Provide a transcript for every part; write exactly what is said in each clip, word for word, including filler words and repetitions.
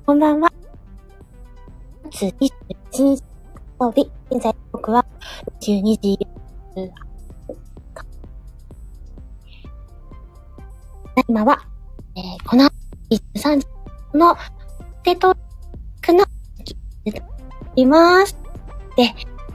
こんばんは。しちがつにじゅういちにち土曜日、現在僕はじゅうにじ今は、えー、このじゅうさんじのテトークのでいます。で、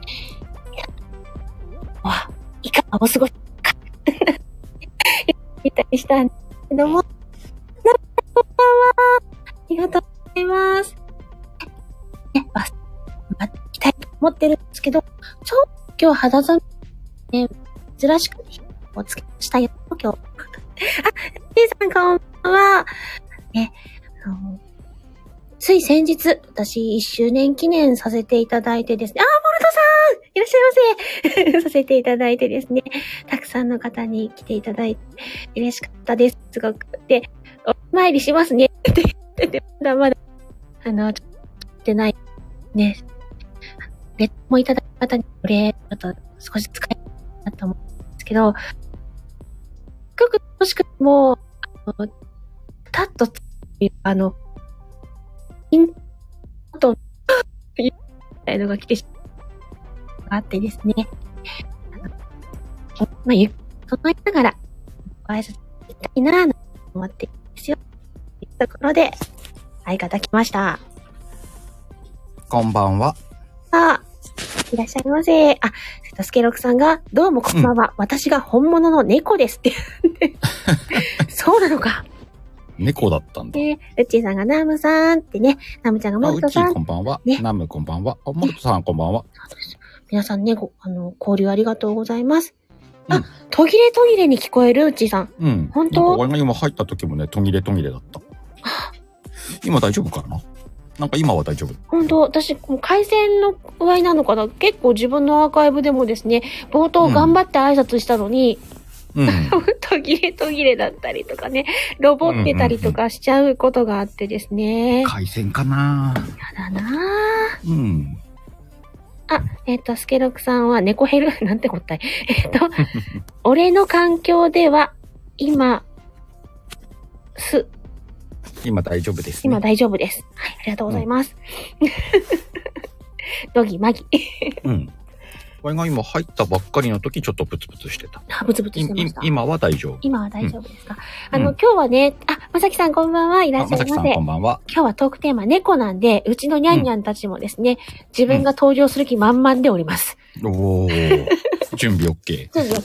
わ、いかがお過ごしか言ったりしたんですけども、こんばんは。ありがとうございます。ね、バス、ま、行きたいと思ってるんですけど、ちょっと今日肌寒い、ね、珍しくおつけしたよ、今日。あ、じいさんこんばんは。ね、あの、つい先日、私いっしゅうねん記念させていただいてですね、あー、ボルトさんいらっしゃいませさせていただいてですね、たくさんの方に来ていただいて、嬉しかったです。すごく。で、お参りしますね。って言ってて、まだまだ、あの、ちょっと、ってない、ね、レッドもいただいた方にお礼、ちょっと少し使いたいなと思うんですけど、すごく楽しくもう、あの、タッとついう、あの、インと、みたいのが来てしまがあってですね。まあ、ゆっと整いながら、ご挨拶したいなぁ、と思っているんですよ。というところで、相方来ました。 こんばんは。 あ、いらっしゃいませ。あ、瀬戸助六さんが、どうもこんばんは、うん。私が本物の猫ですって。そうなのか。 猫だったんだ。 ね、うっちーさんがナムさんってね、ナムちゃんがモルトさん。 あ、うっちーこんばんは。ね、ナムこんばんは。あ、モルトさん、ね、こんばんは。 そうです。皆さんね、ご、あの、交流ありがとうございます。うん、あ、途切れ途切れに聞こえるうっちーさん。 うん。 本当？ なんか俺が今入った時もね、途切れ途切れだった。今大丈夫かな？なんか今は大丈夫。 本当、私、回線の具合なのかな？結構自分のアーカイブでもですね、冒頭頑張って挨拶したのに、うん、途切れ途切れだったりとかね、ロボってたりとかしちゃうことがあってですね。 うんうんうん、回線かなぁ。 やだなぁ。 うん。 あ、えっ、ー、と、スケロクさんは猫ヘルなんてこったい。えっ、ー、と、俺の環境では、今、す、 今大丈夫です、ね。 今大丈夫です。はい、ありがとうございます。うん、ドギマギ。 うん。俺が今入ったばっかりの時ちょっとブツブツしてた。 あ、ブツブツしてました。 今は大丈夫。 今は大丈夫ですか、うん、あの、今日はね、あ、まさきさんこんばんはいらっしゃいませ。 まさきさんこんばんは。 今日はトークテーマ猫なんで、うちのニャンニャンたちもですね、うん、自分が登場する気満々でおります。 うん、おー。準備 OK。 準備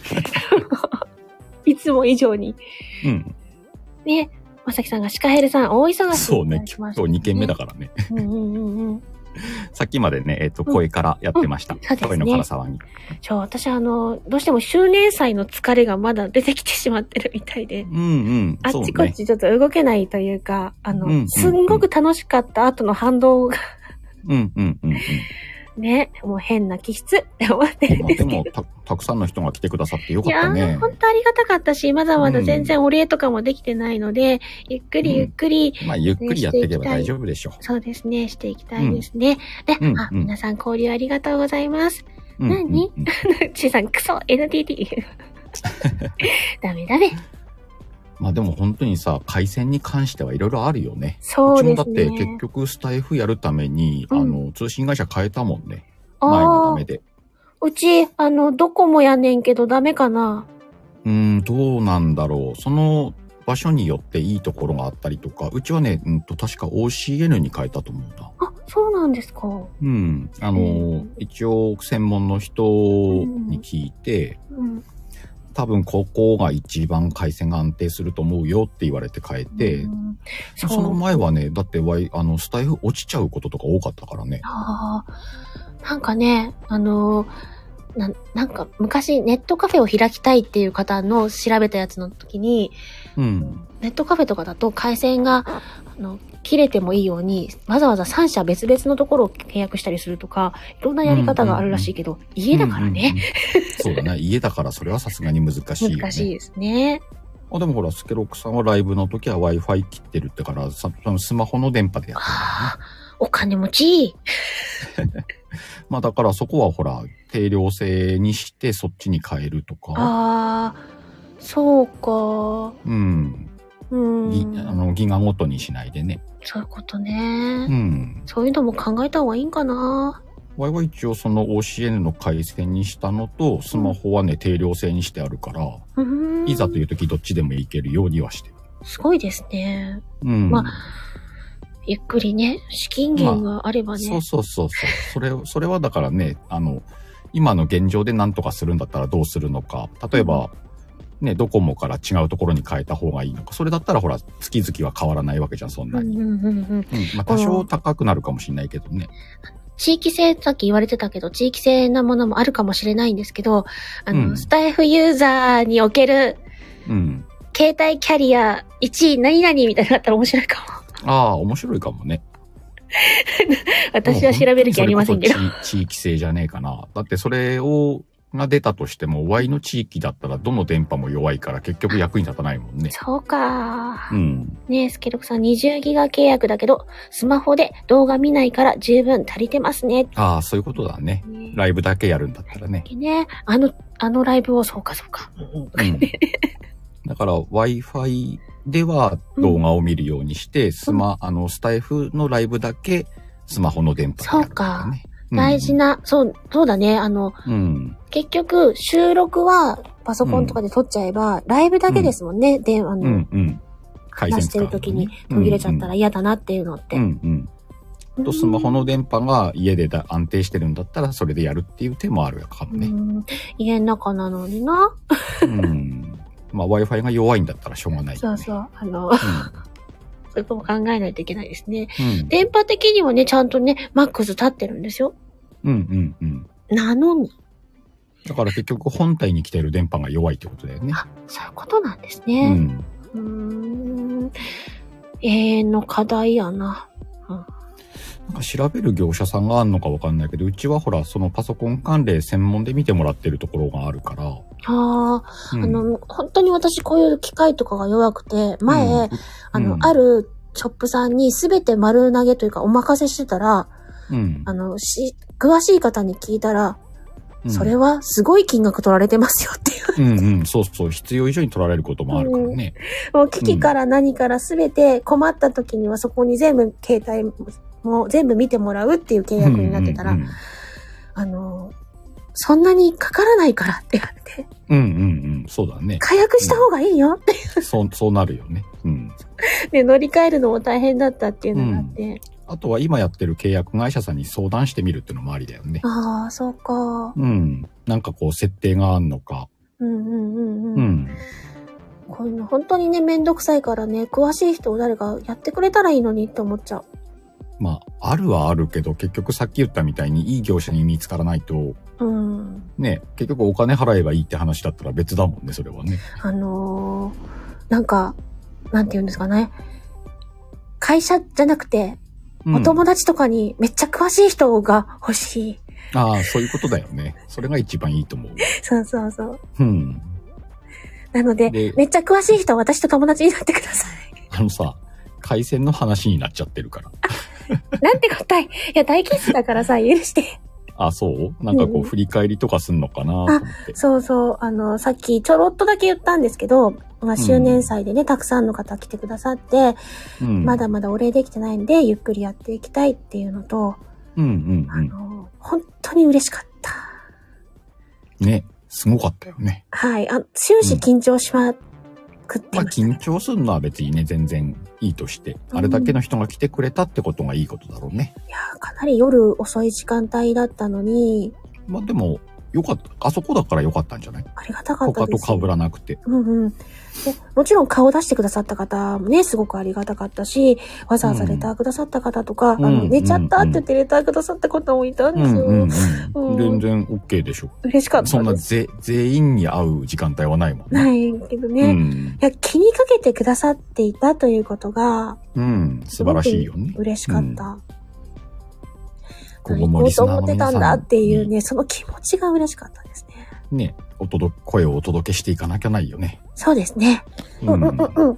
OK。いつも以上に。 うん。 ね、まさきさんがシカヘルさん大忙しい、ね。 そうね、今日にけんめだからね。 うんうんうんうん。 さっきまでね、えっ、ー、と、声からやってました。うんうん、そうですね、声のから騒ぎ。 そう、私あの、どうしても周年祭の疲れがまだ出てきてしまってるみたいで。 うんうん。 あっちこっちちょっと動けないというか、あの、うんうんうん、すんごく楽しかった後の反動が。 うんうんうんうん。 ね、もう変な気質って思ってるんですけど。 でもた、たくさんの人が来てくださってよかったね。 いやー、本当ありがたかったし、まだまだ全然お礼とかもできてないので、うん、ゆっくりゆっくり、 うん、まあ、ゆっくりやっていけば大丈夫でしょう。 そうですね、していきたいですね。うん、で、うん、あ、皆さん交流ありがとうございます。うん、何ちーさん、クソ エヌティーティー。ダメダメ。 まあでも本当にさ、回線に関してはいろいろあるよね。 そうですね。 うちもだって結局スタイフやるために、うん、あの、通信会社変えたもんね。前のダメで。 うち、あの、どこもやねんけどダメかな？ うーん、どうなんだろう。その場所によっていいところがあったりとか、うちはね、うんと、確か オーシーエヌ に変えたと思うんだ。 あ、そうなんですか。 うん。あの、うん、一応専門の人に聞いて、うんうん、多分ここが一番回線が安定すると思うよって言われて変えて、うん、そ, その前はね、だってあのスタイフ落ちちゃうこととか多かったからね。 ああ、なんかね、あのな、なんか昔ネットカフェを開きたいっていう方の調べたやつの時に、うん、ネットカフェとかだと回線があの切れてもいいようにわざわざさん社別々のところを契約したりするとか、いろんなやり方があるらしいけど、うんうんうん、家だからね、うんうんうん、 そうだね、家だからそれはさすがに難しいよね。 難しいですね。 あ、でもほら、スケロックさんはライブの時は Wi-Fi 切ってるってから、さスマホの電波でやってるからね。 お金持ちまあだからそこはほら、定量制にしてそっちに変えるとか。 ああ、そうか。 うん。 うんギあのギガごとにしないでね。 そういうことね。 うん。 そういうのも考えた方がいいんかな。 ワイは一応その オーシーエヌ の回線にしたのと、スマホはね、定量制にしてあるから、 うーんいざという時どっちでもいけるようにはしてる。 すごいですね。 うん。 まあ、ゆっくりね、資金源があればね。 そうそうそうそう。それ、それはだからね、あの、今の現状で何とかするんだったらどうするのか。例えば、ね、ドコモから違うところに変えた方がいいのか。それだったらほら、月々は変わらないわけじゃん、そんなに。 うんうんうんうん。 うん。まあ、多少高くなるかもしれないけどね。 地域性、さっき言われてたけど、地域性なものもあるかもしれないんですけど、あの、 うんスタイフユーザーにおける、 うん。 携帯キャリアいちい何々みたいなのあったら面白いかも。 ああ、面白いかもね。 私は調べる気ありませんけど。 それこそ地地域性じゃねえかな。だってそれを、が出たとしても、Y の地域だったらどの電波も弱いから結局役に立たないもんね。 そうか。 うん。 ねえ、スケロクさんにじゅうギガ契約だけど、スマホで動画見ないから十分足りてますね。 ああ、そういうことだね。 ねライブだけやるんだったらね。 ねあの、あのライブを、そうかそうか。 うん。だから Wi-Fi では動画を見るようにして、うん、スマ、あの、スタイフのライブだけスマホの電波でやるからね。 そうか。大事な、うん、そう、そうだね。あの、うん、結局、収録はパソコンとかで撮っちゃえば、うん、ライブだけですもんね。で、あの、うんうん、話してる時に途切れちゃったら嫌だなっていうのって。うんうん、 と、スマホの電波が家でだ安定してるんだったら、それでやるっていう手もあるかもね。うん、 家の中なのにな。 うん。まあ、Wi-Fi が弱いんだったらしょうがない、ね。 そうそう。あの、うんそういうことも考えないといけないですね。うん、電波的にもね、ちゃんとね、マックス立ってるんですよ。 うんうんうん。 なのに。 だから結局本体に来てる電波が弱いってことだよね。 あ、そういうことなんですね。うん。うーん。永遠の課題やな。うん、 なんか調べる業者さんがあるのかわかんないけど、うちはほら、そのパソコン関連専門で見てもらってるところがあるから。 ああ、うん、あの、本当に私こういう機械とかが弱くて、前、うん、あの、うん、あるショップさんにすべて丸投げというかお任せしてたら、うん、あの、し、詳しい方に聞いたら、うん、それはすごい金額取られてますよっていう。 うんうん、そうそう、必要以上に取られることもあるからね。 うん、もう機器から何からすべて困った時にはそこに全部携帯もう全部見てもらうっていう契約になってたら、うんうんうん、あの、そんなにかからないからって言われて。 うんうんうん、そうだね。 解約した方がいいよっていう、 うん。そう、そうなるよね。うん。 で、乗り換えるのも大変だったっていうのがあって。うん、 あとは今やってる契約会社さんに相談してみるっていうのもありだよね。 ああ、そうか。 うん。なんかこう設定があんのか。 うんうんうんうん。うん。こういうの本当にね、めんどくさいからね、詳しい人を誰かやってくれたらいいのにって思っちゃう。 まあ、あるはあるけど、結局さっき言ったみたいにいい業者に見つからないと、うん、ね、結局お金払えばいいって話だったら別だもんね、それはね。あのー、なんか、なんて言うんですかね。会社じゃなくて、お友達とかにめっちゃ詳しい人が欲しい。 うん、ああ、そういうことだよね。それが一番いいと思う。 そうそうそう。 うん。 なので、でめっちゃ詳しい人は私と友達になってください。 あのさ、回線の話になっちゃってるから。 なんて答え。いや、大キスだからさ、許して。 あ、そうなんかこう、振り返りとかすんのかなと思って、うん。 そうそう。あの、さっきちょろっとだけ言ったんですけど、まあ、周年祭でね、うん、たくさんの方来てくださって、うん、まだまだお礼できてないんで、ゆっくりやっていきたいっていうのと、 うんうんうん、 あの、本当に嬉しかった。 ね、すごかったよね。 はい。あ、終始緊張しまくってました、ね。 まあ、緊張するのは別にね、全然いいとして、うん、あれだけの人が来てくれたってことがいいことだろうね。 いやー、かなり夜遅い時間帯だったのに。 まあでも、よかった。あそこだからよかったんじゃない？ ありがたかったです。 他と被らなくて。 うんうん。で、もちろん顔出してくださった方もね、すごくありがたかったし、わざわざレターくださった方とか、うん、あの、寝ちゃったって言ってレターくださった方もいたんですよ。うんうんうん、全然 OK でしょ。 嬉しかったです。 そんなぜ全員に会う時間帯はないもんね。 ないけどね、うん。いや、気にかけてくださっていたということが、 うん、素晴らしいよね。 嬉しかった。うんここもリスナーの皆さん行こうと思ってたんだっていうね、その気持ちが嬉しかったですね。 ね、お届け、声をお届けしていかなきゃないよね。 そうですね。うんうんうんうん。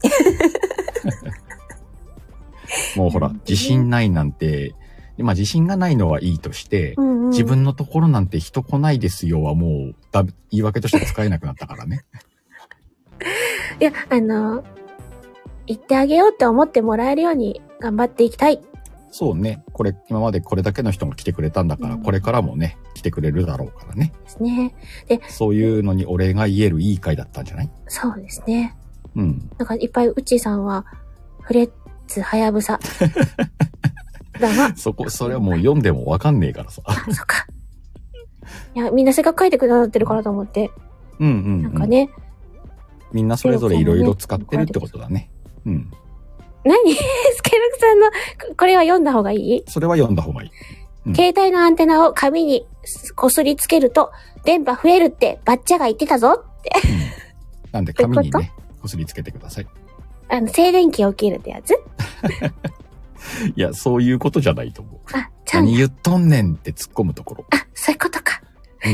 もうほら、自信ないなんて、まあ自信がないのはいいとして、うんうん、自分のところなんて人来ないですよはもうだ言い訳として使えなくなったからね。 いや、あの、 言ってあげようって思ってもらえるように頑張っていきたい。 そうね。これ、今までこれだけの人が来てくれたんだから、うん、これからもね、来てくれるだろうからね。 ですね。で、 そういうのにお礼が言えるいい回だったんじゃない？ そうですね。 うん。 なんかいっぱいうちさんは、フレッツはやぶさ。だな。 そこ、それはもう読んでもわかんねえからさ。 あ、そっか。いや、みんなせっかく書いてくださってるからと思って。 うんうん、うん。 なんかね。 みんなそれぞれいろいろ使ってるってことだね。うん。 何スケルクさんの、これは読んだ方がいい？ それは読んだ方がいい。 うん、携帯のアンテナを紙にこすりつけると、電波増えるってバッチャが言ってたぞって。うん、 なんで紙にね、こすりつけてください。 あの、静電気が起きるってやつ？ いや、そういうことじゃないと思う。 あ、ちゃん。 何言っとんねんって突っ込むところ。 あ、そういうことか。 うん。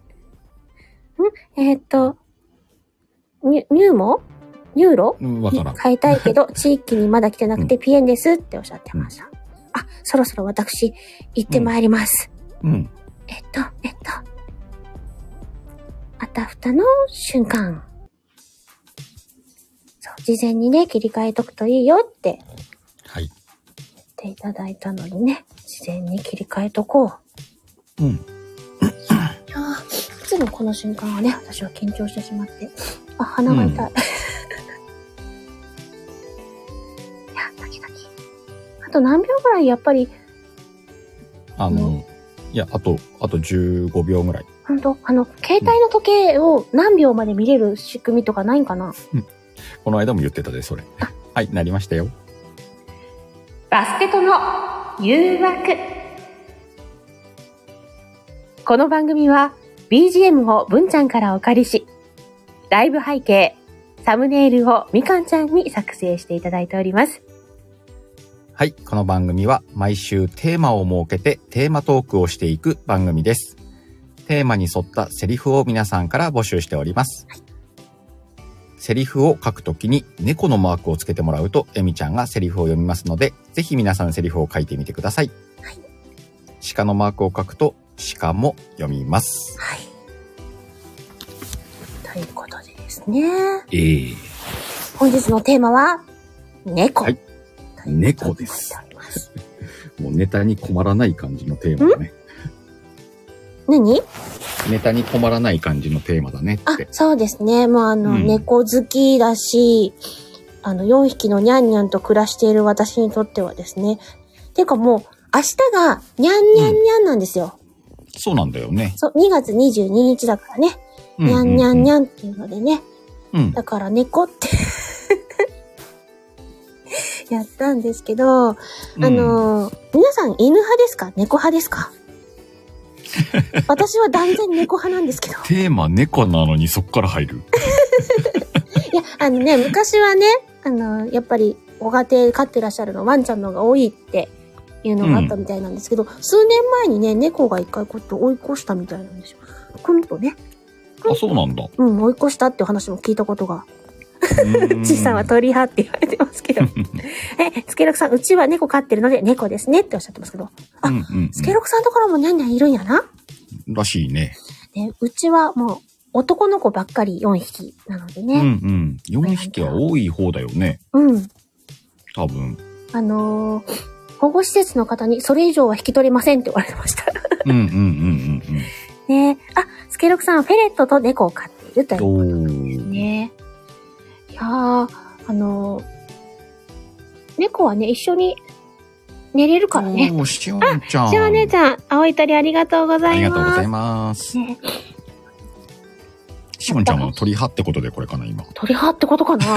んえー、っと、ニュ、ニューモニューロ、 うん、わからん。 買いたいけど、地域にまだ来てなくてピエンですっておっしゃってました。うん、あ、そろそろ私、行ってまいります。 うん。うん、 えっと、えっと、あたふたの瞬間。そう、事前にね、切り替えとくといいよって。 はい。 言っていただいたのでね、事前に切り替えとこう。うん。いやー、いつもこの瞬間はね、私は緊張してしまって。あ、鼻が痛い。うん、いや、ドキドキ。あと何秒ぐらいやっぱり。 あの、うん、いや、あと、あとじゅうごびょうぐらい。 ほんとあの、携帯の時計を何秒まで見れる仕組みとかないんかな？ うん。この間も言ってたで、それ。はい、なりましたよ。 バステとの誘惑。この番組は ビージーエム を文ちゃんからお借りし、ライブ背景、サムネイルをみかんちゃんに作成していただいております。 はい、この番組は毎週テーマを設けてテーマトークをしていく番組です。テーマに沿ったセリフを皆さんから募集しております。はい、セリフを書くときに猫のマークをつけてもらうとエミちゃんがセリフを読みますので、ぜひ皆さんセリフを書いてみてください。はい、鹿のマークを書くと鹿も読みます。 はい。ということでですね。 えー、 本日のテーマは猫。はい、 猫です。もうネタに困らない感じのテーマだね。 何？ ネタに困らない感じのテーマだねって。 あ、そうですね。もうあの、うん、猫好きだし、あの、よんひきのニャンニャンと暮らしている私にとってはですね。ていうかもう、明日がニャンニャンニャンなんですよ。 うん、そうなんだよね。 そう、にがつにじゅうににちだからね。ニャンニャンニャンっていうのでね。うん、だから猫って。やったんですけど、あの、うん、皆さん犬派ですか？猫派ですか？私は断然猫派なんですけど。 テーマ猫なのにそっから入る。 いや、あのね、昔はね、あの、やっぱりご家庭飼ってらっしゃるのワンちゃんの方が多いっていうのがあったみたいなんですけど、うん、数年前にね、猫が一回こうやって追い越したみたいなんですよ。くんとね。 あ、そうなんだ。 うん、追い越したっていう話も聞いたことが。ちいさんは鳥派って言われてますけど。え、スケロクさん、うちは猫飼ってるので猫ですねっておっしゃってますけど。あ、うんうんうん、スケロクさんのところもニャンニャンいるんやな。 らしいね。 で、うちはもう男の子ばっかりよんひきなのでね。 うんうん。よんひきは多い方だよね。 うん。 多分。 あのー、保護施設の方にそれ以上は引き取れませんって言われてました。 うんうんうんうんうん。 ねあ、スケロクさんはフェレットと猫を飼っているということですね。いやー、あのー、猫はね、一緒に寝れるからね。 おー、しおんちゃん。 しお姉ちゃん、青い鳥ありがとうございます。 ありがとうございます。ね、しおんちゃんは鳥派ってことでこれかな、今。 鳥派ってことかな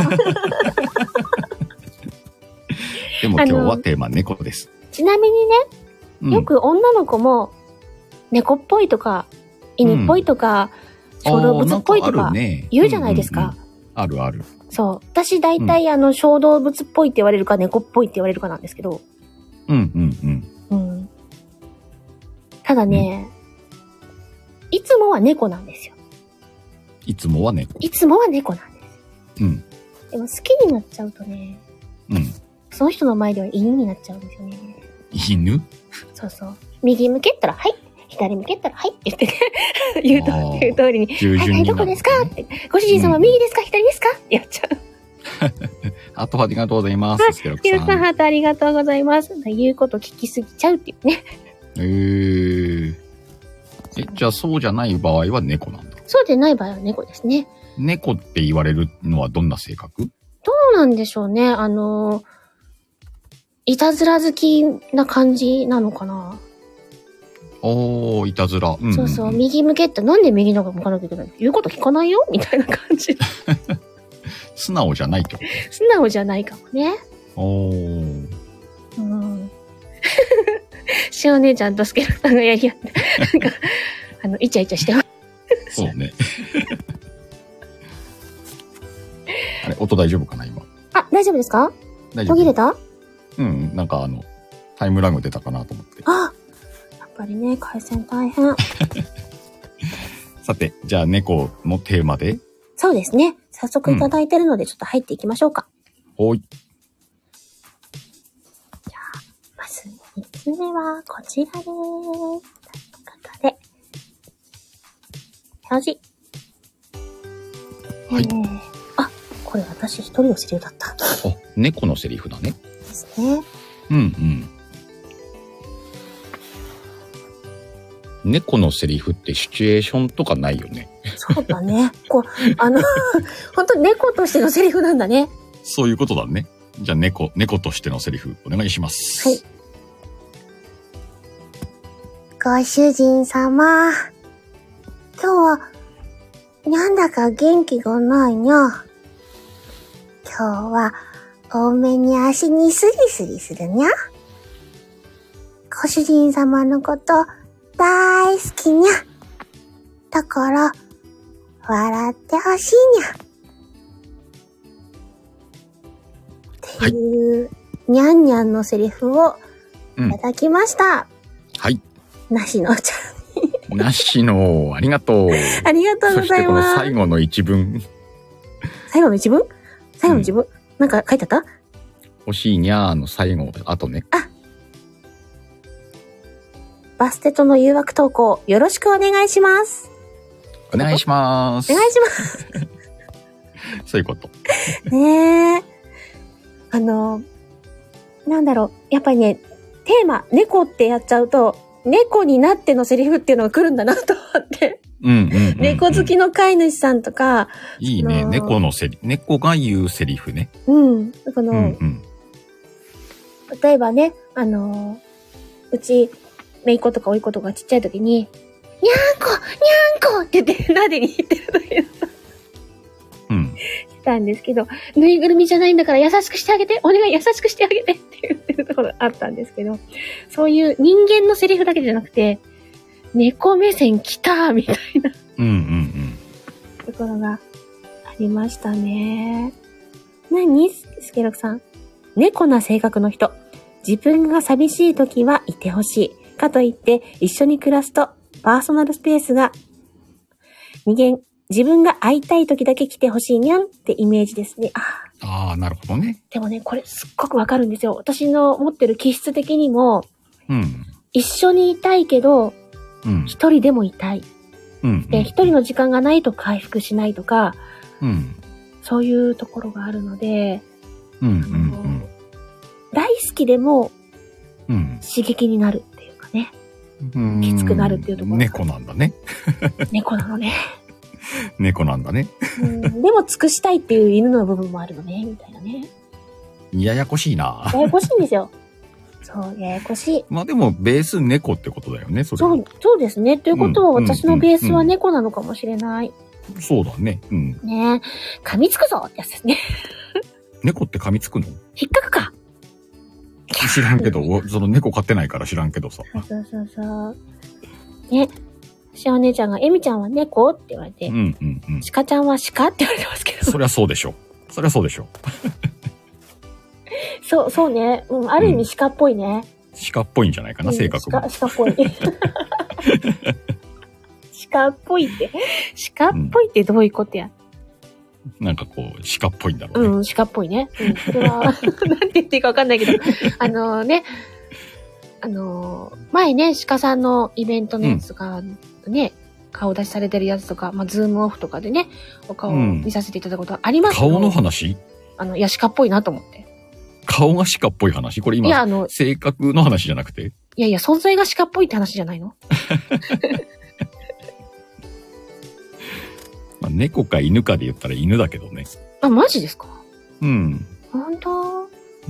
でも今日はテーマ猫です。 ちなみにね、よく女の子も猫っぽいとか、犬っぽいとか、うん、小動物っぽいとか言うじゃないですか。うんうんうん、 あるある。 そう。私大体、うん、あの、小動物っぽいって言われるか、猫っぽいって言われるかなんですけど。 うんうんうん。 うん。ただね、うん、いつもは猫なんですよ。 いつもは猫。 いつもは猫なんです。 うん。 でも好きになっちゃうとね、 うん。 その人の前では犬になっちゃうんですよね。 犬？ そうそう。右向けったら、はい。左向けったら、はいって言ってね。言うと、言う通りに。はい、はい、どこですかって。ご主人様、右ですか、左ですかってやっちゃう。 ハートありがとうございます。 あ、 スケロクスケロクさん、 さん。 ハートありがとうございます。言うこと聞きすぎちゃうっていうね。 えー。え、じゃあそうじゃない場合は猫なんだ。 そうでない場合は猫ですね。 猫って言われるのはどんな性格？ どうなんでしょうね。あの、いたずら好きな感じなのかな。 おー、いたずら。うんうんうん、 そうそう、右向けってなんで右の方向かなきゃいけないの？言うこと聞かないよみたいな感じ。 素直じゃないってこと？ 素直じゃないかもね。 おー。 うん。しお姉ちゃんとスケロクさんがやり合って、なんか、あの、イチャイチャしてます。 そうね。あれ、音大丈夫かな今。 あ、大丈夫ですか？ 大丈夫。 途切れた？ うん、なんかあの、タイムラグ出たかなと思って。 あ、やっぱりね、回線大変。 さて、じゃあ猫のテーマで。 そうですね。早速いただいてるので、ちょっと入っていきましょうか。 ほ、うん、い。 じゃあ、まずみっつめはこちらでーす。ということで、表示。 はい。 えー、あ、これ私一人のセリフだった。 あ、猫のセリフだね。 ですね。 うんうん。猫のセリフってシチュエーションとかないよね。 そうだね。こう、あの、本当に猫としてのセリフなんだね。 そういうことだね。じゃあ猫、猫としてのセリフお願いします。 はい。ご主人様、今日は、なんだか元気がないにゃ。今日は、多めに足にスリスリするにゃ。ご主人様のこと、大好きにゃ。だから、笑ってほしいにゃ。っていう、はい、にゃんにゃんのセリフをいただきました。 うん、はい。 なしのちゃん。なしの、ありがとう。 ありがとうございます。そしてこの最後の一文。 最後の一文？最後の一文、うん、なんか書いてあった？ 欲しいにゃーの最後、あとね。 あ、バステとの誘惑投稿、よろしくお願いします。 お願いします。 お願いします。 そういうこと。 ねえ。あの、なんだろう。やっぱりね、テーマ、猫ってやっちゃうと、猫になってのセリフっていうのが来るんだなと思って。 うんうんうんうん、 猫好きの飼い主さんとか。 いいね。猫のセリ、猫が言うセリフね。 うん。この、 うんうん、 例えばね、あの、うち、姪っ子とか甥っ子とかちっちゃい時に、にゃんこにゃんこって言って、なでに言ってるという。 うん。 したんですけど、ぬいぐるみじゃないんだから優しくしてあげて、お願い優しくしてあげてって言ってるところがあったんですけど、そういう人間のセリフだけじゃなくて、猫目線来たみたいな。 うんうんうん。 ところがありましたね。何？スケロクさん。猫な性格の人。自分が寂しい時はいてほしい。かといって一緒に暮らすとパーソナルスペースが二元、自分が会いたい時だけ来てほしいにゃんってイメージですね。 ああ、なるほどね。 でもね、これすっごくわかるんですよ。私の持ってる気質的にも、 うん、 一緒にいたいけど、 うん、 一人でもいたい。 うん、 で、一人の時間がないと回復しないとか、 うん、 そういうところがあるので、 うんうんうん、 大好きでも、 うん、 刺激になるっていうかね。うん、きつくなるっていうところ。 猫なんだね。 猫なのね。 猫なんだね。 うん、でも尽くしたいっていう犬の部分もあるのね、みたいなね。 ややこしいな。 ややこしいんですよ。そう、ややこしい。 まあでも、ベース猫ってことだよね、それは。 そう、そうですね。ということは、私のベースは猫なのかもしれない。 うん、そうだね。うん。 ねえ、噛みつくぞってやつですね。 猫って噛みつくの？ 引っかくか。 知らんけど、その猫飼ってないから知らんけどさ。 そうそうそう。ね。しお姉ちゃんが、えみちゃんは猫って言われて、 うんうんうん。 しかちゃんは鹿って言われてますけど。 そりゃそうでしょ。そりゃそうでしょ。 そう、そうね。うん、ある意味鹿っぽいね。 うん、鹿っぽいんじゃないかな、うん、性格も。 鹿、鹿っぽい。鹿っぽいって。鹿っぽいってどういうことや、 うん、なんかこう、鹿っぽいんだろうね。 うん、鹿っぽいね。うん、それは、なんて言っていいかわかんないけど、あのね、あのー、前ね、鹿さんのイベントのやつがね、うん、顔出しされてるやつとか、まあ、ズームオフとかでね、お顔を見させていただくことありますけど、 うん、顔の話？ あの、ヤシカっぽいなと思って。 顔が鹿っぽい話？これ今、いや、あの、性格の話じゃなくて？ いやいや、存在が鹿っぽいって話じゃないの？ まあ、猫か犬かで言ったら犬だけどね。 あ、マジですか？ うん。 ほんと？ うん。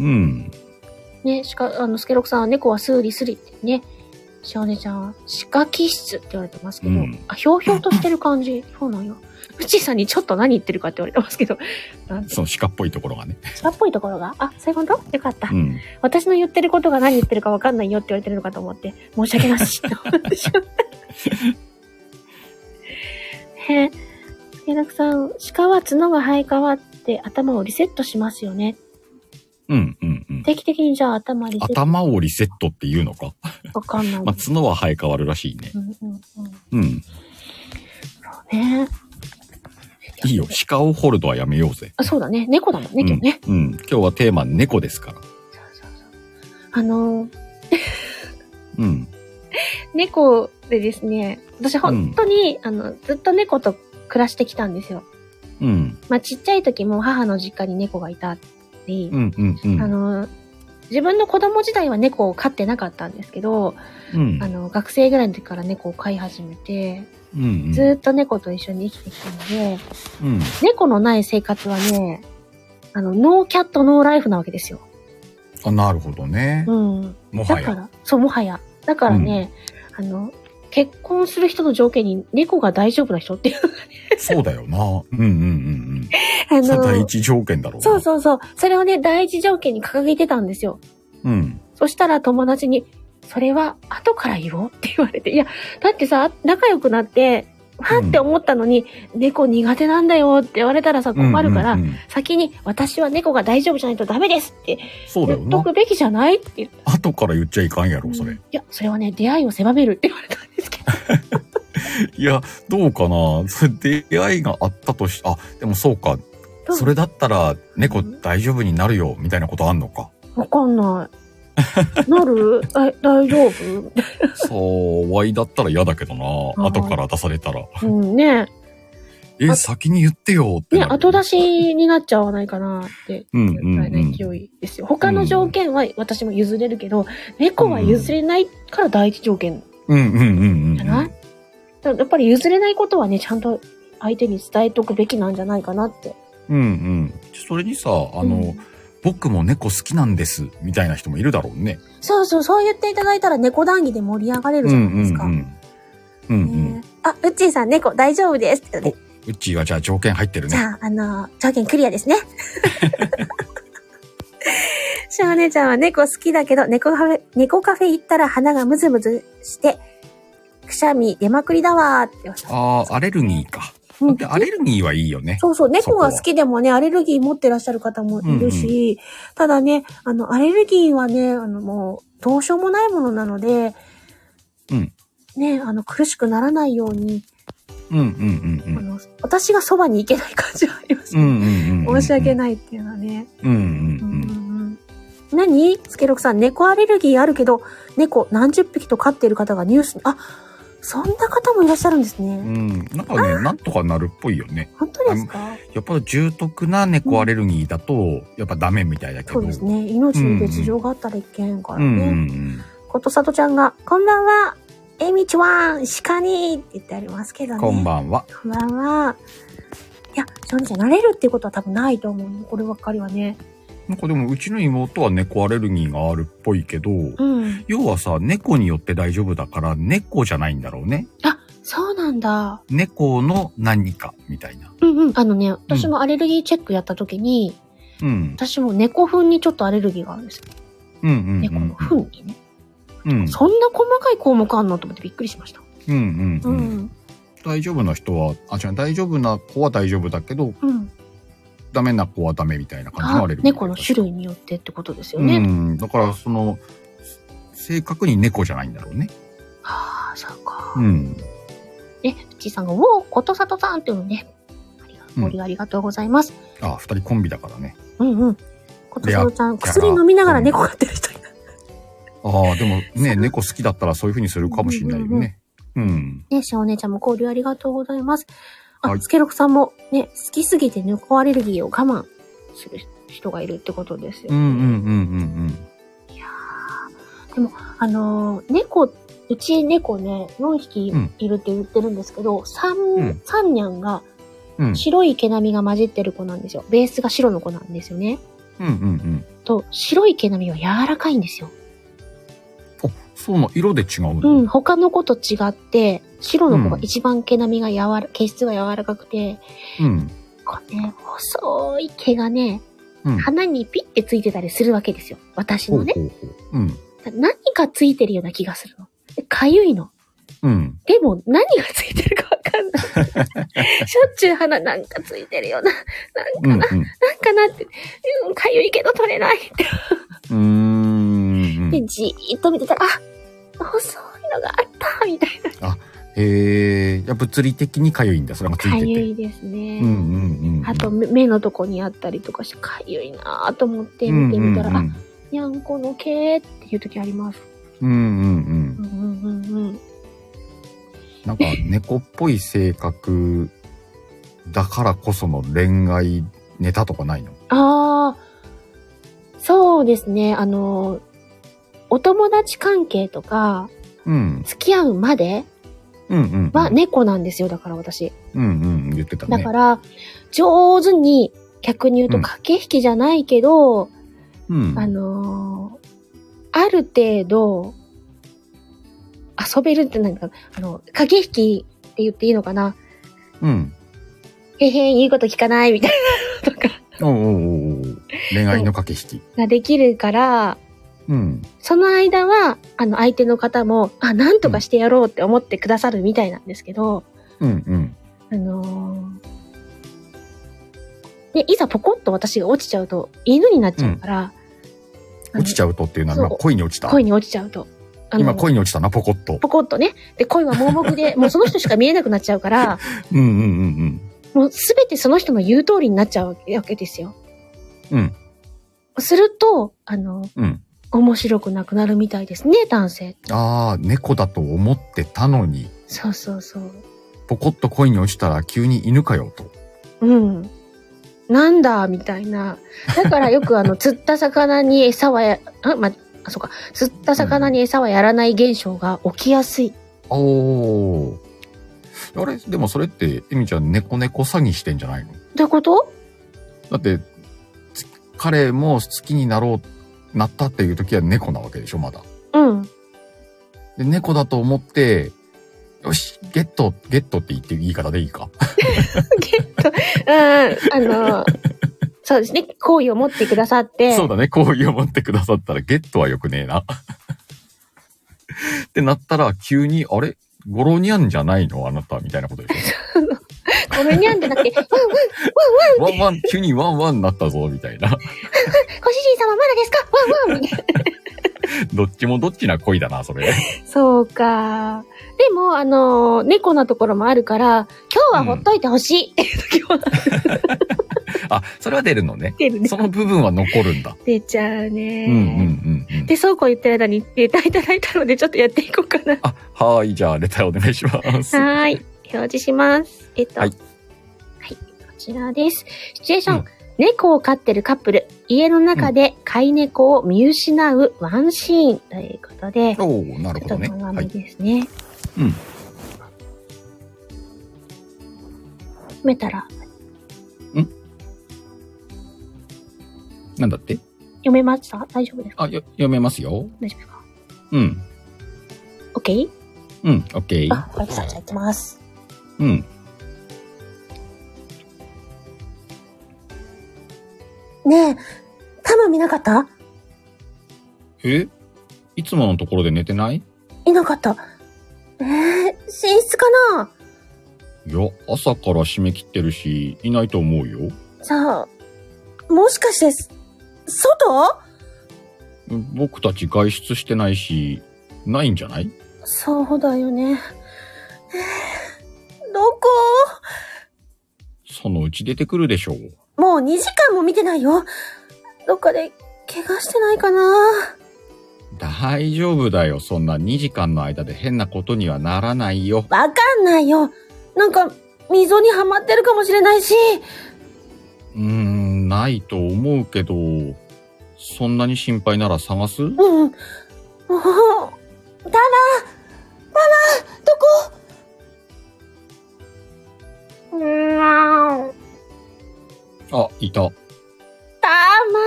ね、鹿、あの、スケロクさんは猫はスーリスリってね。しおねちゃんは鹿気質って言われてますけど、うん、あ、ひょうひょうとしてる感じ。そうなんよ。うちさんにちょっと何言ってるかって言われてますけど。 その鹿っぽいところがね。 鹿っぽいところがあ、そういうことよかった、うん。私の言ってることが何言ってるか分かんないよって言われてるのかと思って、申し訳なしって思ってしまった。へえ、スケロクさん、鹿は角が生え変わって頭をリセットしますよね。 うんうんうん。 定期的にじゃあ頭リセット。 頭をリセットって言うのかわかんない。 まあ、角は生え変わるらしいね。 うんうんうん。うん。 そうね。 いいよ。鹿を掘るのはやめようぜ。 あ、そうだね。猫だもんね、今日ね。 うん。うん。今日はテーマ猫ですから。そうそうそう。 あのー、 うん。 猫でですね、私本当に、うん、あの、ずっと猫と暮らしてきたんですよ。 うん。 まあ、ちっちゃい時も母の実家に猫がいた。 うんうんうん、 あの自分の子供時代は猫を飼ってなかったんですけど、うん、あの学生ぐらいの時から猫を飼い始めて、うんうん、ずっと猫と一緒に生きてきたので、うん、猫のない生活はね、あのノーキャットノーライフなわけですよ。 あ、なるほどね。 うん。 もはや。 だからそうもはや。だからね、うん、あの結婚する人の条件に猫が大丈夫な人っていうのがね。 そうだよな。うんうんうんうん。あの第一条件だろうな。 そうそうそう。それをね、第一条件に掲げてたんですよ。 うん。 そしたら友達に、それは後から言おうって言われて。いや、だってさ、仲良くなって、はって思ったのに、うん、猫苦手なんだよって言われたらさ、困るから、うんうんうん、先に私は猫が大丈夫じゃないとダメですって言っとくべきじゃないって言った。 後から言っちゃいかんやろ、それ。うん、 いや、それはね、出会いを狭めるって言われたんですけど。 いや、どうかな。それ出会いがあったとし、あ、でもそうか。それだったら猫大丈夫になるよ、みたいなことあんのか。 わかんない。なるえ、大丈夫そう、ワイだったら嫌だけどな。後から出されたら。 うんね。 え、先に言ってよってね、後出しになっちゃわないかなって。 うん、うん。 な勢いですよ。他の条件は私も譲れるけど、うん、猫は譲れないから第一条件。 うん、うん、うん、うん。 じゃない？やっぱり譲れないことはね、ちゃんと相手に伝えとくべきなんじゃないかなって。 うんうん。それにさ、あの、うん、僕も猫好きなんです、みたいな人もいるだろうね。 そうそう、そう言っていただいたら猫談義で盛り上がれるじゃないですか。うんうん、うん。うんうん。あ、うっちーさん猫大丈夫ですって、ね。 お、うっちーはじゃあ条件入ってるね。 じゃあ、あの、条件クリアですね。しゃお姉ちゃんは猫好きだけど、猫カフェ、猫カフェ行ったら鼻がムズムズして、くしゃみ出まくりだわーって言われた。 ああ、アレルギーか。うん、アレルギーはいいよね。 そうそう。猫が好きでもね、アレルギー持ってらっしゃる方もいるし、うんうん、ただね、あの、アレルギーはね、あの、もう、どうしようもないものなので、 うん。 ね、あの、苦しくならないように、 うんうんうんうん。 あの、私がそばに行けない感じはありますね。うんうんうんうん、申し訳ないっていうのはね。 うんうんうん。うんうん、何スケロクさん、猫アレルギーあるけど、猫何十匹と飼っている方がニュースに、あ、そんな方もいらっしゃるんですね。 うん。なんかね、なんとかなるっぽいよね。 本当ですか？ やっぱ重篤な猫アレルギーだと、うん、やっぱダメみたいだけど。 そうですね。命に別状があったらいけんからね。うんうんうん、ことさとちゃんが、こんばんは、えみちわん、鹿にって言ってありますけどね。 こんばんは。 こんばんは。いや、そうじゃなれるっていうことは多分ないと思う。こればっかりはね。 なんかでもうちの妹は猫アレルギーがあるっぽいけど、うん、要はさ、猫によって大丈夫だから猫じゃないんだろうね。 あ、そうなんだ。 猫の何かみたいな。 うんうん。あのね、私もアレルギーチェックやった時に、うん、私も猫糞にちょっとアレルギーがあるんですよ。 うんうんうんうん、 猫の糞にね、うん。そんな細かい項目あんのと思ってびっくりしました。 うんうんうん。うん、大丈夫な人は、あ、違う、大丈夫な子は大丈夫だけど、うん、ダメな子はダメみたいな感じのアレルギー。 猫の種類によってってことですよね。 うん。だからその、正確に猫じゃないんだろうね。 はあ、そうか。 うん。 ね、うちさんが、おー、ことさとさんっていうのね。ありがとう、うん、ありがとうございます。 ああ、二人コンビだからね。 うんうん。ことさとちゃん、薬飲みながら猫飼ってる人いる。 ああ、でもね、猫好きだったらそういう風にするかもしれないよね。うん、うんうん。 ね、しお姉ちゃんも交流ありがとうございます。あ、スケロクさんもね、好きすぎて猫アレルギーを我慢する人がいるってことですよね。 うんうんうんうんうん。 いやーでも、あのー、猫、うち猫ね、よんひきいるって言ってるんですけど、さん、 うん、 さんにゃんがうん。 白い毛並みが混じってる子なんですよ。ベースが白の子なんですよね。 うんうんうん。 と、白い毛並みは柔らかいんですよ。 あ、そうな、色で違うの？ うん、他の子と違って、白の子が一番毛並みが柔ら、毛質が柔らかくて、 うん。 こうね、細い毛がね、 うん、 鼻にピッてついてたりするわけですよ。私のね。 ほうほうほう。うん。 何かついてるような気がするの。かゆいの。 うん。 でも何がついてるかわかんない。しょっちゅう鼻なんかついてるような。なんかな、うんうん、なんかなって、うん、かゆいけど取れないって。 うーん。 で、じーっと見てたら、あ、細いのがあったみたいな。 あ、へえ。いや、物理的にかゆいんだ。それがついてて。 かゆいですね。 うんうんうん、うん。 あと、目のとこにあったりとかして、かゆいなぁと思って見てみたら、うんうんうん、あ、にゃんこの毛っていう時あります。 うんうんうん。 うんうんうんうん。 なんか猫っぽい性格だからこその恋愛ネタとかないの？ ああ、そうですね。あの、お友達関係とか、うん、付き合うまでは猫なんですよ。だから私。 うんうん、言ってたね。 だから、上手に逆に言うと駆け引きじゃないけど、うん、あのー、ある程度、遊べるって何か、あの、駆け引きって言っていいのかな？うん。へへん、言うこと聞かないみたいなのとか。 おうおうおう、恋愛の駆け引き。 ができるから、 うん。 その間は、あの、相手の方も、あ、なんとかしてやろうって思ってくださるみたいなんですけど、 うんうん。 あのー、で、いざポコッと私が落ちちゃうと、犬になっちゃうから、 うん、落ちちゃうとっていうのは、今恋に落ちた。 恋に落ちちゃうと。 今恋に落ちたな、ポコッと。 ポコッとね。で、恋は盲目で、もうその人しか見えなくなっちゃうから、 うんうんうんうん。 もうすべてその人の言う通りになっちゃうわけですよ。 うん。 すると、あの、うん、面白くなくなるみたいですね、男性。 ああ、猫だと思ってたのに。 そうそうそう。 ポコッと恋に落ちたら急に犬かよと。 うん。なんだ、みたいな。だからよくあの、釣った魚に餌はや、あ、ま、あ、そうか。釣った魚に餌はやらない現象が起きやすい。 うん、おー。あれでもそれって、エミちゃん猫猫詐欺してんじゃないの？ どういうこと？ だって、彼も好きになろう、なったっていう時は猫なわけでしょ、まだ。 うん。 で、猫だと思って、よし、ゲット、ゲットって言っていい方でいいか。 ゲット、うん、あの、そうですね、好意を持ってくださって。 そうだね、好意を持ってくださったら、ゲットはよくねえな。ってなったら、急に、あれゴロニャンじゃないのあなたみたいなことでしょ。 ゴロニャンじゃなくて、ワンワン、ワンワン、 ワンワン、急にワンワンになったぞ、みたいな。 ご主人様まだですかワンワンみたいな。 どっちもどっちな恋だな、それ。 そうか。でも、あの、猫なところもあるから、今日はほっといてほしいっていう時は、うん、 あ、それは出るのね。 出るね。 その部分は残るんだ。 出ちゃうね。 うんうんうんうん。 で、そうこう言ってる間にレターいただいたので、ちょっとやっていこうかな。 あ、はーい。じゃあ、レターお願いします。 はーい。表示します。えっと。 はい。 はい。こちらです。シチュエーション。うん、猫を飼ってるカップル。家の中で飼い猫を見失うワンシーンということで。 うん、おー、なるほどね。 ちょっと長めですね。はい、 うん。 読めたら。んなんだって？ 読めました？大丈夫ですか？ あ、よ、読めますよ。 大丈夫ですか？ うん。 OK？ うん、OK。 あ、わかりました。じゃあ行きます。 うん。 ねえ、タマ見なかった？ え？いつものところで寝てない？ いなかった。えー、寝室かな？ いや、朝から締め切ってるし、いないと思うよ。 じゃあ、もしかして、外？ 僕たち外出してないし、ないんじゃない？ そうだよね。どこ？ そのうち出てくるでしょう。 もうにじかんも見てないよ。どっかで怪我してないかな？ 大丈夫だよ。そんなにじかんの間で変なことにはならないよ。 わかんないよ。なんか溝にはまってるかもしれないし。 うーん、 ないと思うけど、そんなに心配なら探す？ うん。おお、タマ、タマ、どこ？うーん。 あ、いた。 タマ。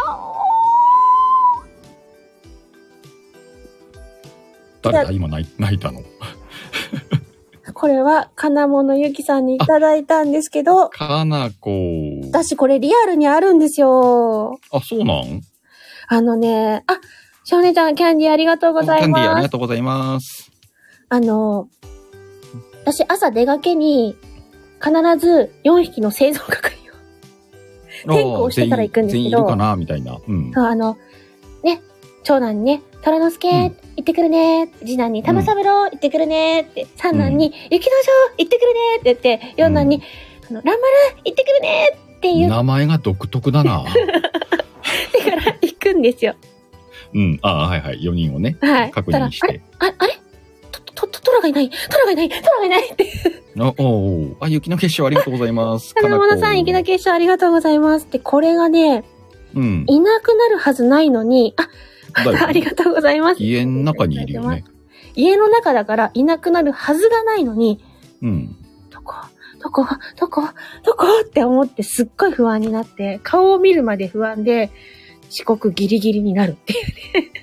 誰だ今泣い、泣いたの？ これは、金物ゆきさんにいただいたんですけど、 かなこ。 私これリアルにあるんですよ。 あ、そうなん？ あのね、あ、少年ちゃん、キャンディーありがとうございます。 キャンディーありがとうございます。 あの、私朝出かけに、必ずよんひきの生存確認を、点呼をしてから行くんですけど。 全員いるかなみたいな。うん。 そう、あの、ね、長男にね、虎之助、うん、行ってくるね。次男に玉三郎、行ってくるね。って、三男に、うん、雪の城、行ってくるね。って言って、四男に、うん、あの、蘭丸、行ってくるね。っていう。 名前が独特だな。 だから行くんですよ。 うん。ああ、はいはい。よにんをね、はい、確認して。 あれあれと、と、と、トラがいないトラがいないトラがいないって。 あ、おおあ、雪の結晶ありがとうございます。 金物さん、雪の結晶ありがとうございます。で、これがね、うん、いなくなるはずないのに、あ、ありがとうございます。 家の中にいるよね。 家の中だからいなくなるはずがないのに、うん。どこどこどこどこって思ってすっごい不安になって、顔を見るまで不安で、遅刻ギリギリになるっていうね。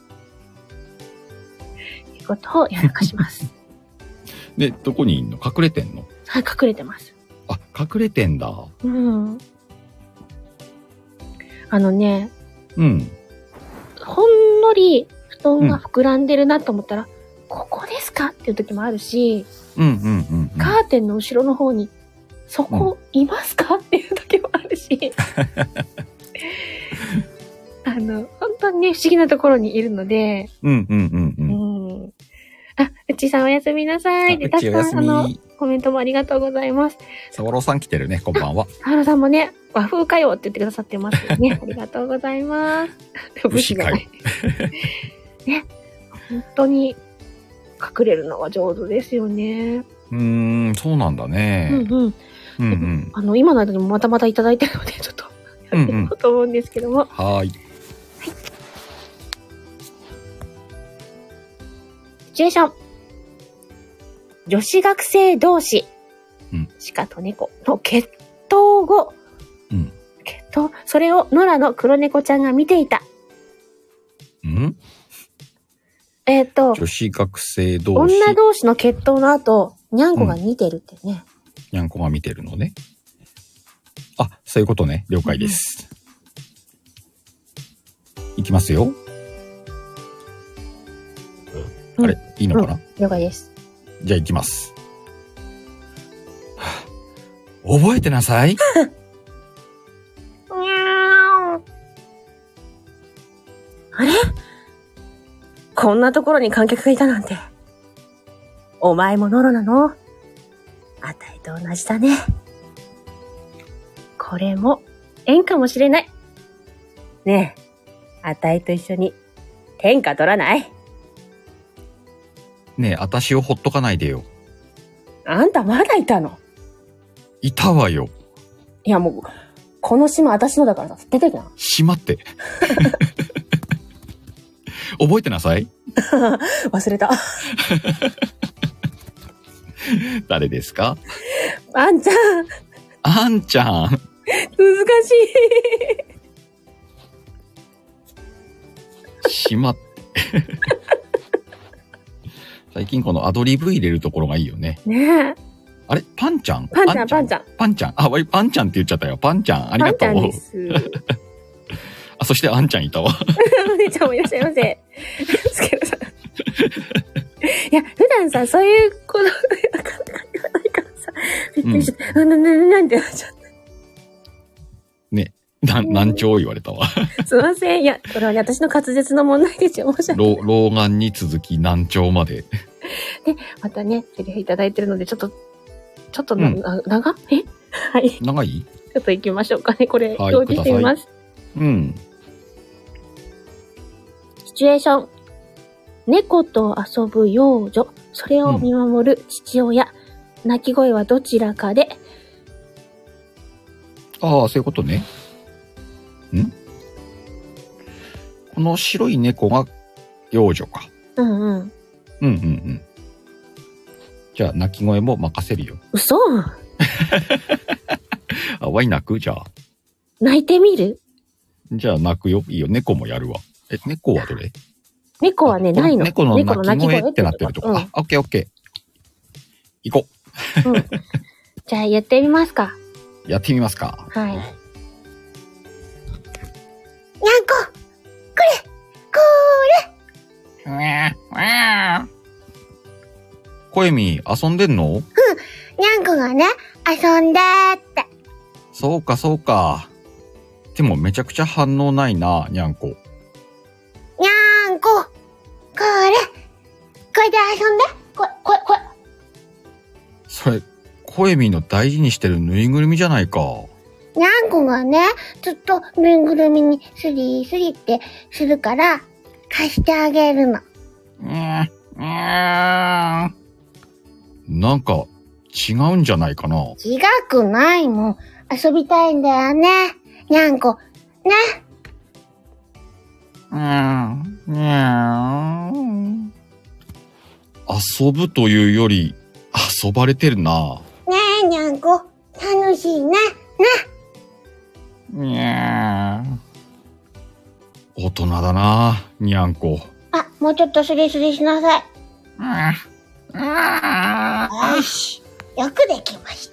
いうことをやらかします。 で、どこにいんの？隠れてんの？ はい、隠れてます。 あ、隠れてんだ。 うん。あのね、 うん。 ほんのり布団が膨らんでるなと思ったら、うん、ここですかっていう時もあるし、 うんうんうん、うん、 カーテンの後ろの方に、そこいますか、うん、っていう時もあるし、あの、本当にね、不思議なところにいるので、 うんうんうんうん。 うん、あ、うちさんおやすみなさい。で、たくさんあの、コメントもありがとうございます。 サワローさん来てるね、こんばんは。 サワローさんもね、和風かよって言ってくださってますよね。ありがとうございます。 武士かよ。 ね、本当に隠れるのは上手ですよね。 うーん、そうなんだね。 うんうん。うんうん、あの、今の間にもまたまたいただいてるので、ちょっと、やっていこうと思うんですけども。 うんうん、はーい。 シチュエーション。女子学生同士、 うん、 鹿と猫の決闘後、 うん、 決闘、それを野良の黒猫ちゃんが見ていた。 んえっと、 女子学生同士。 女同士の決闘の後、にゃんこが見てるってね。 うん、にゃんこが見てるのね。あ、そういうことね。了解です。うん、いきますよ。うん、あれ、いいのかな、うん、 了解です。 じゃあ行きます。はあ、覚えてなさい。 あれ？こんなところに観客がいたなんて。お前もノロなの？あたいと同じだね。これも縁かもしれない。ねえ、あたいと一緒に天下取らない？ ねえ、あたしをほっとかないでよ。 あんたまだいたの？ いたわよ。 いやもう、この島あたしのだからさ、出てきな。 島って。覚えてなさい。 忘れた。 誰ですか？ あんちゃん。 あんちゃん。難しい。 島って。最近このアドリブ入れるところがいいよね。 ねえ。 あれパンちゃんパンちゃん、パンちゃん。 パンちゃん。あ、パンちゃんって言っちゃったよ。パンちゃん。ありがとう。 パンちゃんです。 あ、そしてあんちゃんいたわ。 お姉ちゃんもいらっしゃいませ。スケルさん。いや、普段さ、そういうことなかなか言わないからさ、びっくりして、うん、な、な、なんてなっちゃった。 ね。な、難聴言われたわ。 すいません。いや、これはね、私の滑舌の問題ですよ。申し訳ない。 老眼に続き難聴まで。 で、またね、セリフいただいてるので、ちょっと、ちょっとな、うん、な、長えはい。 長い？ ちょっと行きましょうかね。これ、表示してみます。 うん。 シチュエーション。猫と遊ぶ幼女、それを見守る父親、うん、鳴き声はどちらかで。 ああ、そういうことね。 んこの白い猫が幼女か。 うんうん。 うんうんうん。じゃあ、鳴き声も任せるよ。 嘘あ、ワイ泣くじゃあ。 泣いてみる？ じゃあ、泣くよ。いいよ。猫もやるわ。え、猫はどれ？ 猫はね、ないの。 猫の鳴き声ってなってるとこ。あ、オッケーオッケー。行こう。うん。 じゃあ、やってみますか。 やってみますか。 はい。にゃんこ、これ、これ。 こえみ、遊んでんの？うん。 にゃんこがね、遊んでーって。 そうか、そうか。でもめちゃくちゃ反応ないな、にゃんこ。 にゃんこ、これ、これで遊んで。これ、これ、これ。 それ、こえみの大事にしてるぬいぐるみじゃないか。 にゃんこがね、ずっとぬいぐるみにスリースリーってするから、貸してあげるの。 うん、うん。なんか、違うんじゃないかな。 違くないもん。遊びたいんだよね。にゃんこ、ね。 うん、うん。遊ぶというより、遊ばれてるな。 ねえ、にゃんこ、楽しいね。 ね。にゃー。大人だな、にゃんこ。 あ、もうちょっとスリスリしなさい。 うん。よし。 よくできました。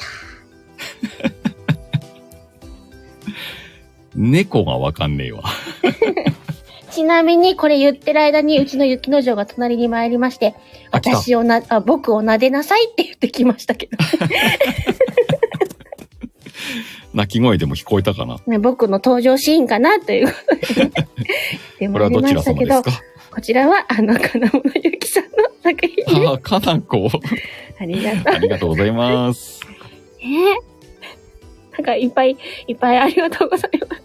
猫がわかんねえわ。 ちなみにこれ言ってる間にうちの雪之丞が隣に参りまして、私をな、あ、僕を撫でなさいって言ってきましたけど。 鳴き声でも聞こえたかな、 ね、僕の登場シーンかなということで、ね。 これはどちら様ですか？ こちらは、あの、金物ゆきさんの作品です。 ああ、かなこ。 ありがとう。 ありがとうございます。 えー、なんかいっぱいいっぱいありがとうございます。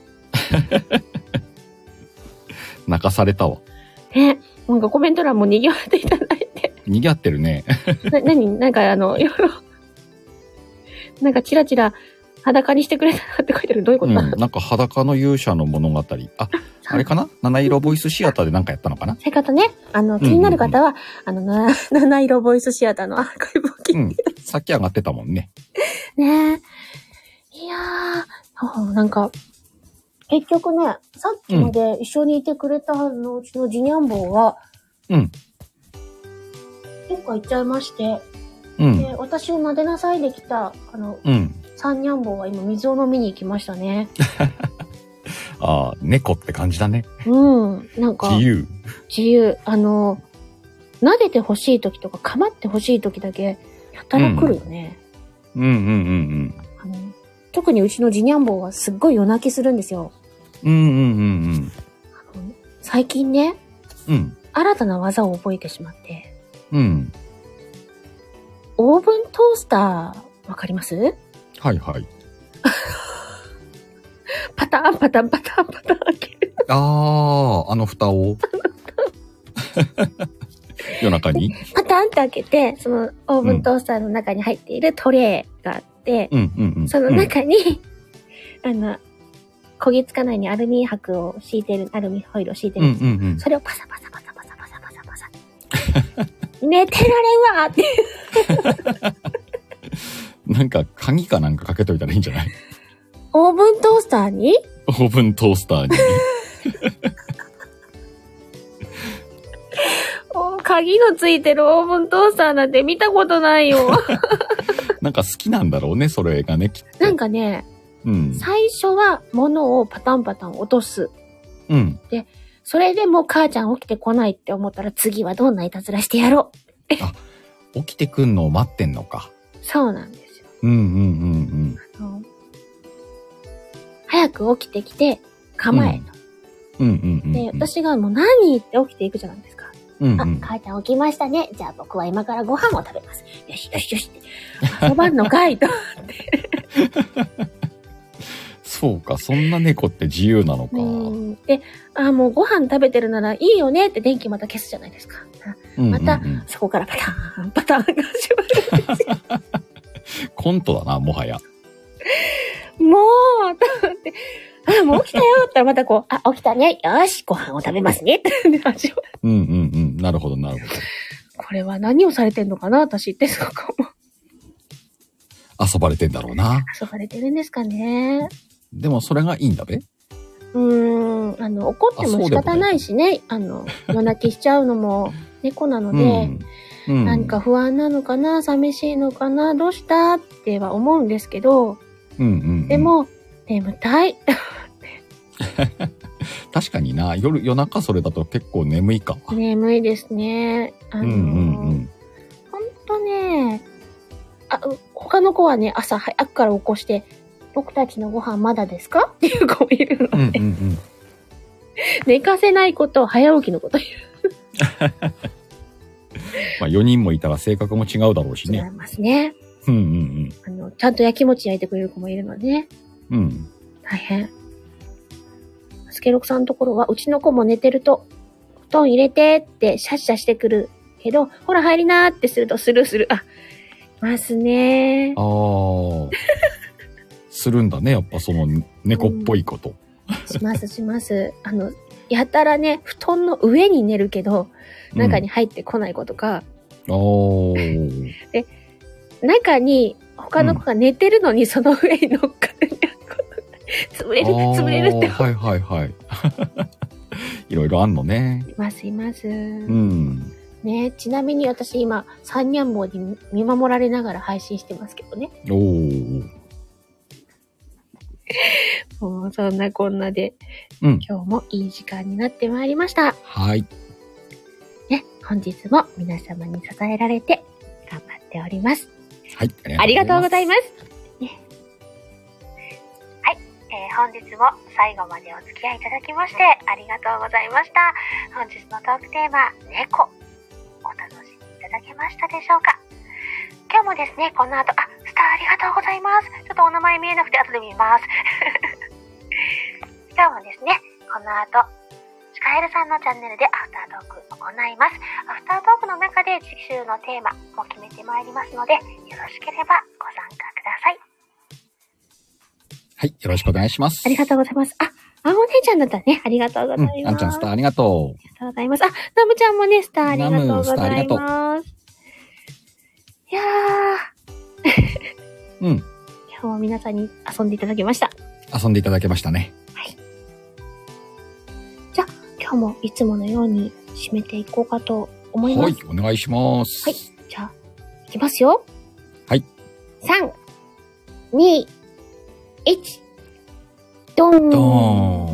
泣かされたわ。 ね、なんかコメント欄も賑わっていただいて。 賑わってるね。 な、なになんかあの、いろいろ、なんかチラチラ裸にしてくれたなって書いてる。どういうこと？うん、 なんか裸の勇者の物語。あ、あれかな？七色ボイスシアターでなんかやったのかな？ そういう方ね。あの、気になる方は、うんうんうん、あの、七色ボイスシアターのアーカイブを聞いて、うん。 さっき上がってたもんね。 ねえ。いやー、なんか、結局ね、さっきまで一緒にいてくれたはずのうちのジニャンボーは、うん。どっか行っちゃいまして、うん。で、私を撫でなさいで来た、あの、うん。サンニャンボーは今水を飲みに行きましたね。 ああ、猫って感じだね。 うん。なんか、 自由。 自由。あの、撫でてほしい時とか、構ってほしい時だけ、やたら来るよね。 うん、うん、うんうんうんあの。特にうちのジニャンボーはすっごい夜泣きするんですよ。 うんうんうんうん。 あの最近ね、 うん。 新たな技を覚えてしまって。 うん。 オーブントースター、わかります？ はいはい。 パターンパターンパターンパターン開ける。 ああ、あの蓋を。夜中にパターンって開けて、そのオーブントースターの中に入っているトレーがあって、 うんうんうん、 その中に、うん、あの、焦げつかないようにアルミ箔を敷いてる、アルミホイルを敷いてるんですよ。うんうんうん、それをパサパサパサパサパサパサパサ。寝てられんわっていう。 なんか鍵かなんかかけといたらいいんじゃない？ オーブントースターに？ オーブントースターに。 鍵のついてるオーブントースターなんて見たことないよ。 なんか好きなんだろうね、それがね、きっと。 なんかね、 うん、 最初は物をパタンパタン落とす。 うん。 で、それでも母ちゃん起きてこないって思ったら次はどんないたずらしてやろう。 あ、起きてくんのを待ってんのか。 そうなんですよ。 うんうんうんうん。 あの早く起きてきて構えと。 うんうんうんうん、 で、私がもう何って起きていくじゃないですか。 うんうん、 あ、母ちゃん起きましたね。じゃあ僕は今からご飯を食べます。よしよしよしって。遊ばんのかいと思って。 そうか、そんな猫って自由なのか。 うんで、あ、もうご飯食べてるならいいよねって電気また消すじゃないですか。うんうんうん、また、そこからパターン、パターンが始まるんですよ。 コントだな、もはや。 もうと思って、あ、もう起きたよって言ったらまたこう、あ、起きたね。よし、ご飯を食べますね。って始まる。 うんうんうん。なるほど、なるほど。 これは何をされてんのかな私ってすごく思う。 遊ばれてんだろうな。 遊ばれてるんですかね。 でもそれがいいんだべ。 うーん、あの、怒っても仕方ないしね。あの、夜泣きしちゃうのも猫なので、うんうん、何か不安なのかな、寂しいのかな、どうしたっては思うんですけど、 うんうんうん、 でも、眠たい。 確かにな、夜、夜中それだと結構眠いか。 眠いですね。あの、うんうんうん、ほんとね、あ、他の子はね、朝早くから起こして、僕たちのご飯まだですかっていう子もいるので、うんうんうん、寝かせないことを早起きのこと言う。 まあよにんもいたら性格も違うだろうしね。 違いますね。 うんうんうん。 あの、ちゃんと焼き餅焼いてくれる子もいるのでね。 うん。 大変。スケロクさんのところは、うちの子も寝てると、布団入れてってシャッシャしてくるけど、ほら入りなーってするとスルーする。あ、ますねー。 ああ。するんだね。やっぱその猫っぽいこと。 うん、しますします。あの、やたらね、布団の上に寝るけど、中に入ってこない子とか。 うん、おー。 で、中に他の子が寝てるのにその上に乗っかる、うん、潰れる、潰れるって。 はいはいはい。いろいろあんのね。 いますいます。うん。 ね、ちなみに私今、三ニャン坊に見守られながら配信してますけどね。 おー。 もうそんなこんなで、 うん、 今日もいい時間になってまいりました。 はい。 ね、本日も皆様に支えられて頑張っております。 はい。 ありがとうございます。ね、はい、えー、本日も最後までお付き合いいただきましてありがとうございました。本日のトークテーマ、猫。お楽しみいただけましたでしょうか。今日もですね、この後、あ、スターありがとうございます。ちょっとお名前見えなくて後で見ます。今日もですね、この後、シカエルさんのチャンネルでアフタートーク行います。アフタートークの中で次週のテーマも決めてまいりますので、よろしければご参加ください。 はい、よろしくお願いします。 ありがとうございます。あ、あお姉ちゃんだったね。ありがとうございます。うん、 あんちゃんスターありがとう。 ありがとうございます。あ、ナムちゃんもね、スターありがとうございます。いやー。うん。 今日も皆さんに遊んでいただきました。 遊んでいただけましたね。 はい。じゃあ、今日もいつものように締めていこうかと思います。 はい、お願いします。 はい。じゃあ、いきますよ。 はい。 さん、に、いち、ドーン。 ドーン。